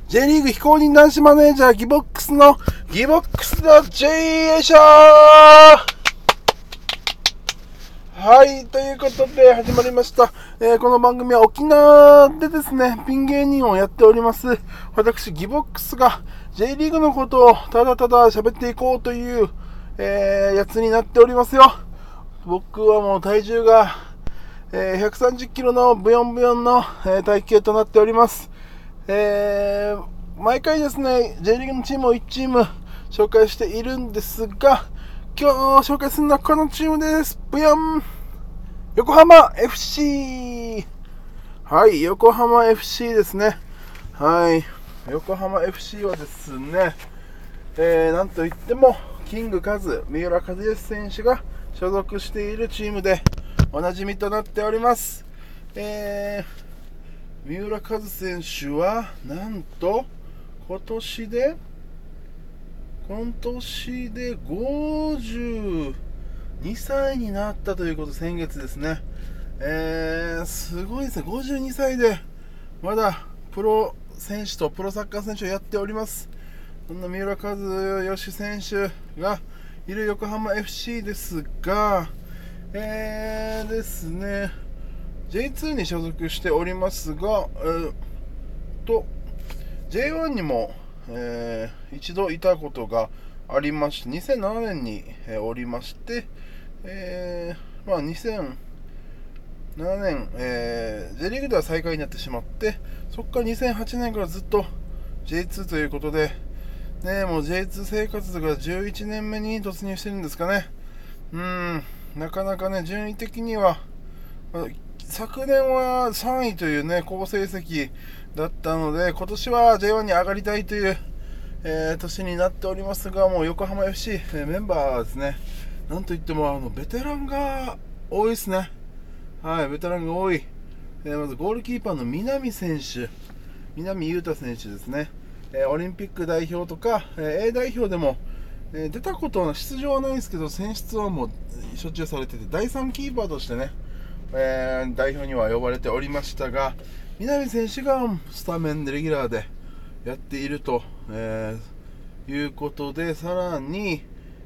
J リーグ非公認男子マネージャーギボックスの J よいしょー。はい、ということで始まりました。この番組は沖縄でですね、ピン芸人をやっております。私、ギボックスが J リーグのことをただただ喋っていこうという、やつになっておりますよ。僕はもう体重が、130キロのブヨンブヨンの、体型となっております。毎回ですね、J リーグのチームを1チーム紹介しているんですが、今日紹介するのはこのチームです。ブヨン！横浜 FC！ はい、横浜 FC ですね。はい、横浜 FC はですね、なんといっても、キングカズ、三浦知良選手が所属しているチームでおなじみとなっております。三浦知良選手はなんと今年で52歳になったということ、先月ですね。すごいですね。52歳でまだプロ選手とプロサッカー選手をやっております。そんな三浦知良選手がいる横浜 FC ですが、ですね、J2 に所属しておりますが、J1 にも、一度いたことがありまして、2007年に、おりまして、2007年、J リーグでは最下位になってしまって、そこから2008年からずっと J2 ということで、ね、もう J2 生活が11年目に突入してるんですかね。なかなかね、順位的には、昨年は3位というね、好成績だったので、今年は J1 に上がりたいという、年になっておりますが、もう横浜 FC、メンバーはですね、なんといってもベテランが多いですね。はい、ベテランが多い。まずゴールキーパーの南裕太選手ですね。オリンピック代表とか、A 代表でも、出たことは出場はないんですけど、選出はもうしょっちゅうされてて、第3キーパーとしてね、代表には呼ばれておりましたが、南選手がスタメンでレギュラーでやっていると、いうことで、さらに、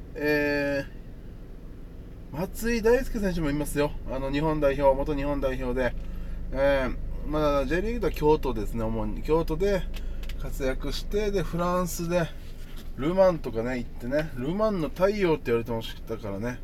松井大輔選手もいますよ。日本代表、元日本代表で、まだ J リーグでは京都ですね、主に京都で活躍して、でフランスでルマンとかね行ってね、ルマンの太陽って言われてましたからね。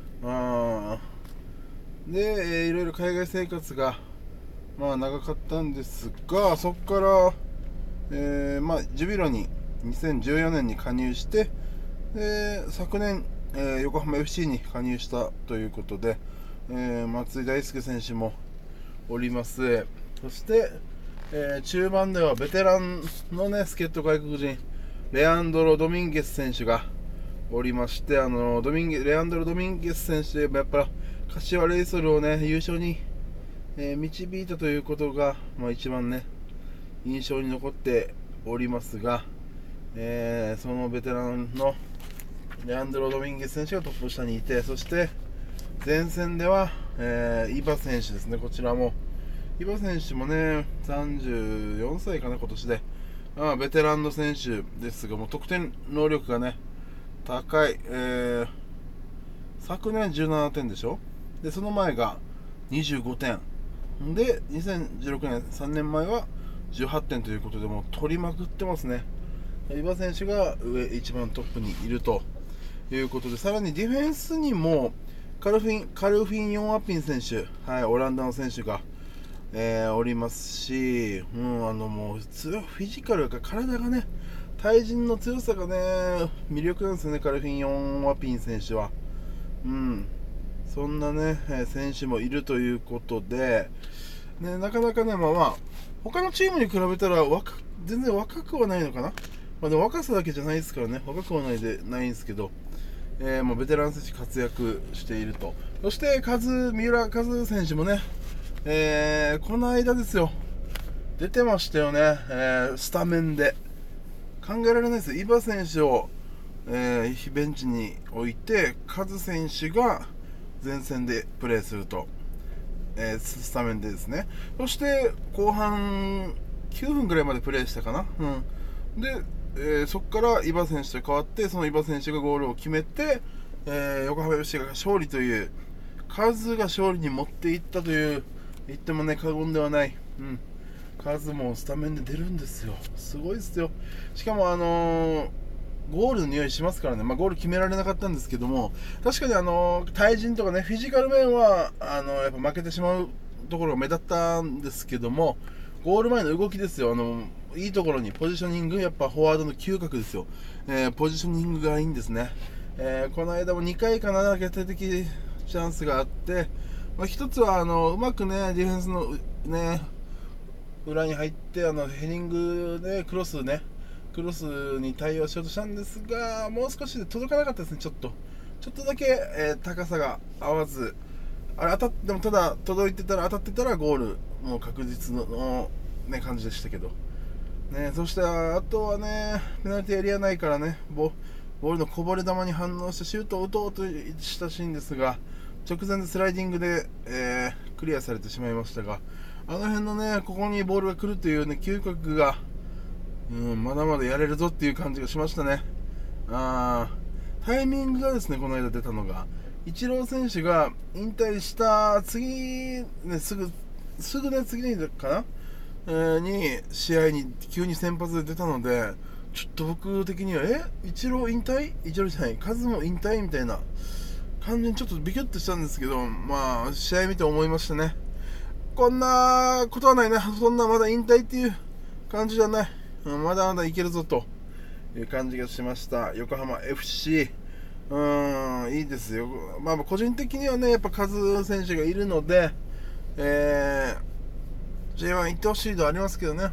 で、いろいろ海外生活が長かったんですが、そこから、ジュビロに2014年に加入して、昨年、横浜 FC に加入したということで、松井大輔選手もおります。そして、中盤ではベテランのね、助っ人外国人レアンドロ・ドミンゲス選手がおりまして、レアンドロ・ドミンゲス選手やっぱ柏レイソルをね、優勝に、導いたということが、一番ね、印象に残っておりますが、そのベテランのレアンドロ・ドミンゲス選手がトップ下にいて、そして前線では、イバ選手ですね。こちらもイバ選手もね、34歳かな、今年で。ベテランの選手ですが、もう得点能力がね、高い。昨年17点でしょ。で、その前が25点。で、2016年、3年前は18点ということで、もう取りまくってますね。イバ選手が一番トップにいるということで、さらにディフェンスにもカルフィン・ヨンアピン選手、はい、オランダの選手が、おりますし、もうフィジカルが、体がね、対人の強さがね、魅力なんですよね、カルフィン・ヨンアピン選手は。そんなね、選手もいるということで、ね、なかなかね、他のチームに比べたら全然若くはないのかな。でも若さだけじゃないですからね、若くはないんですけど、もうベテラン選手活躍していると。そして三浦知良選手もね、この間ですよ、出てましたよね、スタメンで。考えられないですよ。イバ選手を、ベンチに置いて、カズ選手が前線でプレーすると、スタメンでですね。そして後半 9分ぐらいまでプレーしたかな。で、そこから伊庭選手と変わって、その伊庭選手がゴールを決めて、横浜 FC が勝利という、カズが勝利に持っていったという言ってもね過言ではない。カズもスタメンで出るんですよ。すごいですよ。しかもゴールの匂いしますからね。ゴール決められなかったんですけども、確かに対人とかね、フィジカル面はやっぱ負けてしまうところが目立ったんですけども、ゴール前の動きですよ。いいところにポジショニング、やっぱフォワードの嗅覚ですよ。ポジショニングがいいんですね。この間も2回かな、決定的チャンスがあって、一つはうまくねディフェンスのね裏に入ってヘディングでクロスに対応しようとしたんですが、もう少しで届かなかったですね。ちょっとだけ、高さが合わず、でもただ届いてたら、当たってたらゴールもう確実の、ね、感じでしたけどね。そしてあとはね、ペナルティエリアないからね、ボールのこぼれ球に反応してシュートを打とうとしたシーンですが、直前でスライディングで、クリアされてしまいましたが、あの辺のね、ここにボールが来るというね、嗅覚が、まだまだやれるぞっていう感じがしましたね。タイミングがですね、この間出たのが、イチロー選手が引退した次、ね、すぐね、次の日かな、に試合に急に先発で出たので、ちょっと僕的にはイチロー引退？イチローじゃない、カズも引退みたいな感じにちょっとビキュッとしたんですけど、試合見て思いましたね。こんなことはないね。そんなまだ引退っていう感じじゃない。まだまだいけるぞという感じがしました。横浜 FC、いいですよ。個人的にはね、やっぱカズ選手がいるので、J1 行ってほしいとありますけどね。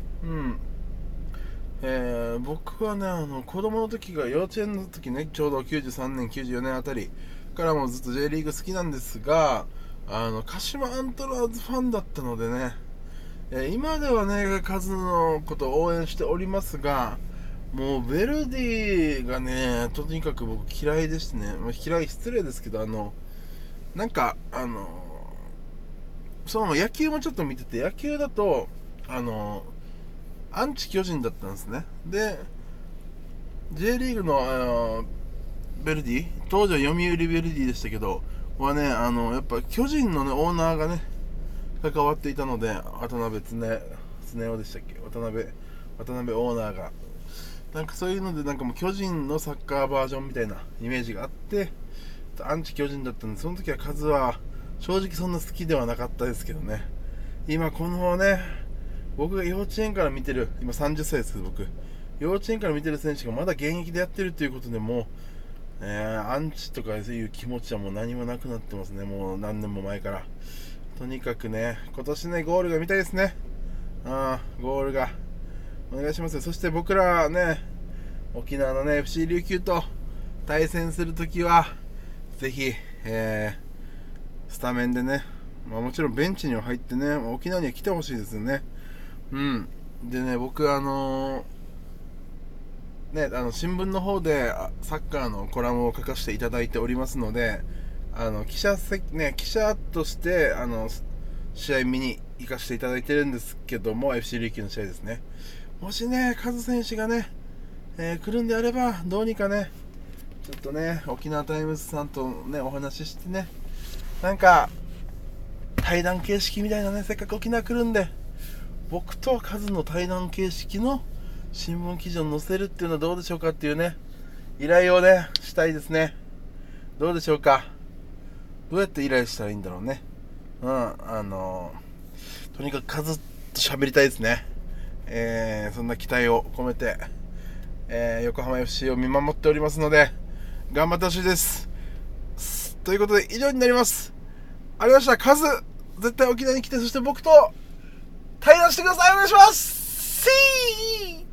僕はね、子供の時が幼稚園の時ね、ちょうど93年94年あたりからもずっと J リーグ好きなんですが、鹿島アントラーズファンだったのでね、今ではねカズのことを応援しておりますが、もうベルディがねとにかく僕嫌いでしてね、嫌い失礼ですけど、なんかその野球もちょっと見てて、野球だとアンチ巨人だったんですね。で J リーグの、ベルディ、当時は読売ベルディでしたけどはね、やっぱ巨人のねオーナーがね関わっていたので、渡辺恒夫でしたっけ、渡辺オーナーがなんかそういうので、なんかもう巨人のサッカーバージョンみたいなイメージがあって、アンチ巨人だったんで、その時はカズは正直そんな好きではなかったですけどね。今このね、僕が幼稚園から見てる、今30歳ですけど、僕幼稚園から見てる選手がまだ現役でやってるということで、もうアンチとかそういう気持ちはもう何もなくなってますね。もう何年も前から。とにかくね、今年ねゴールが見たいですね。ゴールがお願いしますよ。そして僕らね、沖縄のね FC 琉球と対戦するときはぜひ、スタメンでね、もちろんベンチには入ってね、沖縄には来てほしいですよね。でね、僕新聞の方でサッカーのコラムを書かせていただいておりますので、記者として試合見に行かせていただいてるんですけども、 FC 琉球の試合ですね。もしねカズ選手がね、来るんであれば、どうにかねちょっとね沖縄タイムズさんとねお話ししてね、なんか対談形式みたいなね、せっかく沖縄来るんで僕とカズの対談形式の新聞記事を載せるっていうのはどうでしょうかっていうね、依頼をねしたいですね。どうでしょうか。どうやって依頼したらいいんだろうね。とにかくカズと喋りたいですね。そんな期待を込めて、横浜 FC を見守っておりますので頑張ってほしいです。ということで以上になります。ありがとうございました。カズ絶対沖縄に来て、そして僕と対談してください。お願いします。